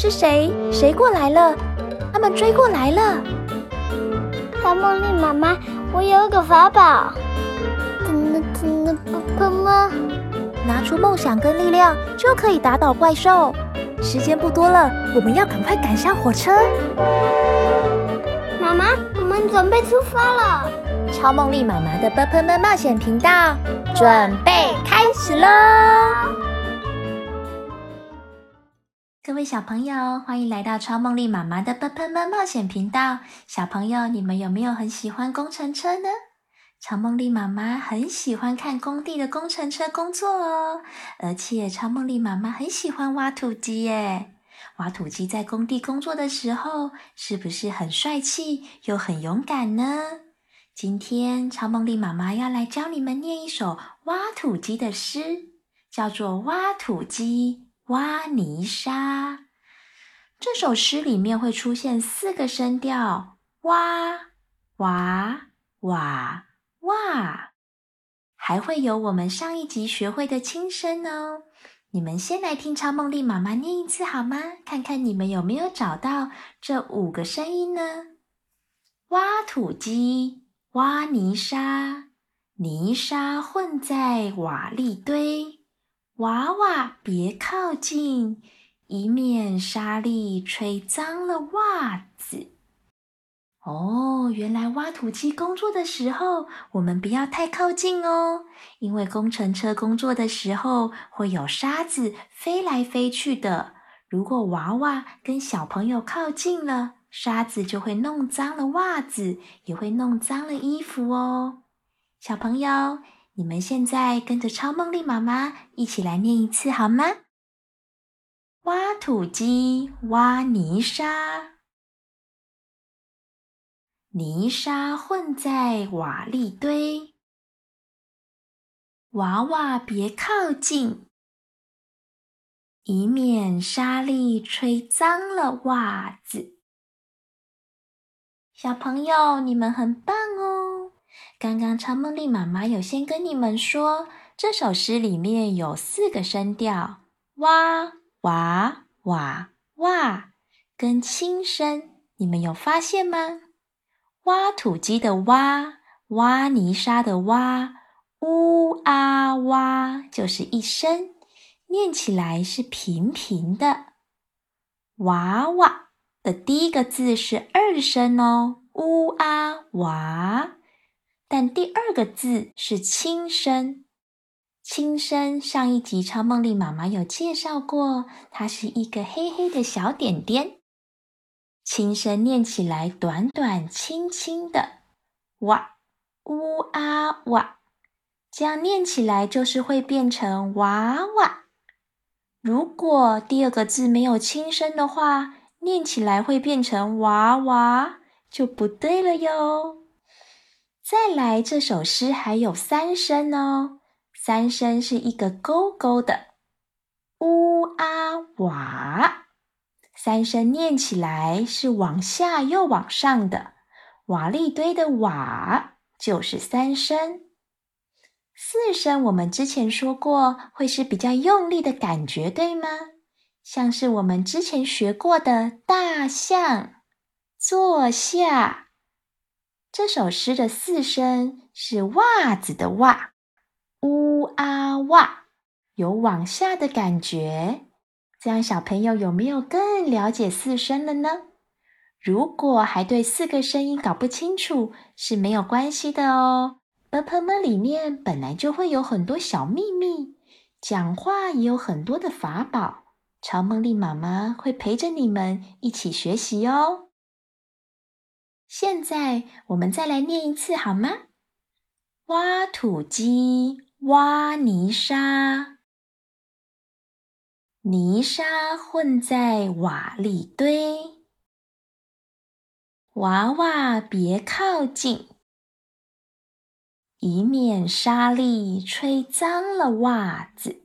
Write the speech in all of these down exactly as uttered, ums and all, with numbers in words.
是谁？谁过来了？他们追过来了。 超梦丽妈妈，我有一个法宝。真的真的不喷吗？ 拿出梦想跟力量，就可以打倒怪兽。时间不多了，我们要赶快赶上火车。 妈妈，我们准备出发了。 超梦丽妈妈的啵喷们冒险频道，准备开始喽！各位小朋友，欢迎来到超梦丽妈妈的啵喷们冒险频道。小朋友，你们有没有很喜欢工程车呢？超梦丽妈妈很喜欢看工地的工程车工作哦，而且超梦丽妈妈很喜欢挖土机耶。挖土机在工地工作的时候，是不是很帅气又很勇敢呢？今天超梦丽妈妈要来教你们念一首挖土机的诗，叫做《挖土机挖泥沙》。这首诗里面会出现四个声调：挖、哇、哇、哇，还会有我们上一集学会的轻声哦。你们先来听超梦丽妈妈念一次好吗？看看你们有没有找到这五个声音呢？挖土机挖泥沙，泥沙混在瓦砾堆，娃娃别靠近，以免沙粒吹脏了袜子。哦，原来挖土机工作的时候，我们不要太靠近哦，因为工程车工作的时候会有沙子飞来飞去的。如果娃娃跟小朋友靠近了，沙子就会弄脏了袜子，也会弄脏了衣服哦。小朋友，你们现在跟着超梦丽妈妈一起来念一次好吗？挖土机挖泥沙，泥沙混在瓦砾堆，娃娃别靠近，以免沙粒吹脏了袜子。小朋友，你们很棒哦！刚刚超梦丽妈妈有先跟你们说，这首诗里面有四个声调：哇、哇、哇、哇，跟轻声，你们有发现吗？挖土机的挖，挖泥沙的挖，呜啊哇就是一声，念起来是平平的。娃娃的第一个字是二声哦，呜啊哇，但第二个字是轻声。轻声上一集超梦丽妈妈有介绍过，它是一个黑黑的小点点。轻声念起来短短轻轻的，哇呜啊哇，这样念起来就是会变成娃娃。如果第二个字没有轻声的话，念起来会变成娃娃，就不对了哟。再来，这首诗还有三声哦，三声是一个勾勾的，呜啊哇。三声念起来是往下又往上的，瓦砾堆的瓦就是三声。四声我们之前说过会是比较用力的感觉，对吗？像是我们之前学过的大象、坐下。这首诗的四声是袜子的袜，呜啊哇，有往下的感觉。这样小朋友有没有更了解四声了呢？如果还对四个声音搞不清楚，是没有关系的哦。啵喷们里面本来就会有很多小秘密，讲话也有很多的法宝，超梦丽妈妈会陪着你们一起学习哦。现在我们再来念一次好吗？挖土机挖泥沙，泥沙混在瓦砾堆，娃娃别靠近，以免沙粒吹脏了袜子。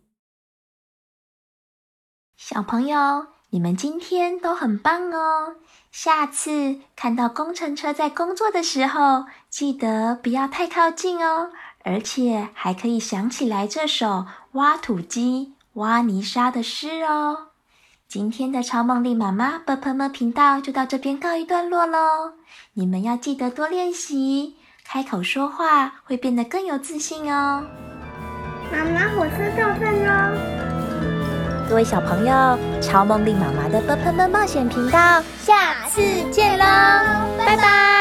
小朋友，你们今天都很棒哦！下次看到工程车在工作的时候，记得不要太靠近哦，而且还可以想起来这首挖土机挖泥沙的诗哦。 今天的超梦丽妈妈 b p m 频道就到这边告一段落咯。你们要记得多练习，开口说话会变得更有自信哦。 妈妈，火车到站咯。 各位小朋友，超梦丽妈妈的 b p m 冒险频道，下次见喽，拜拜。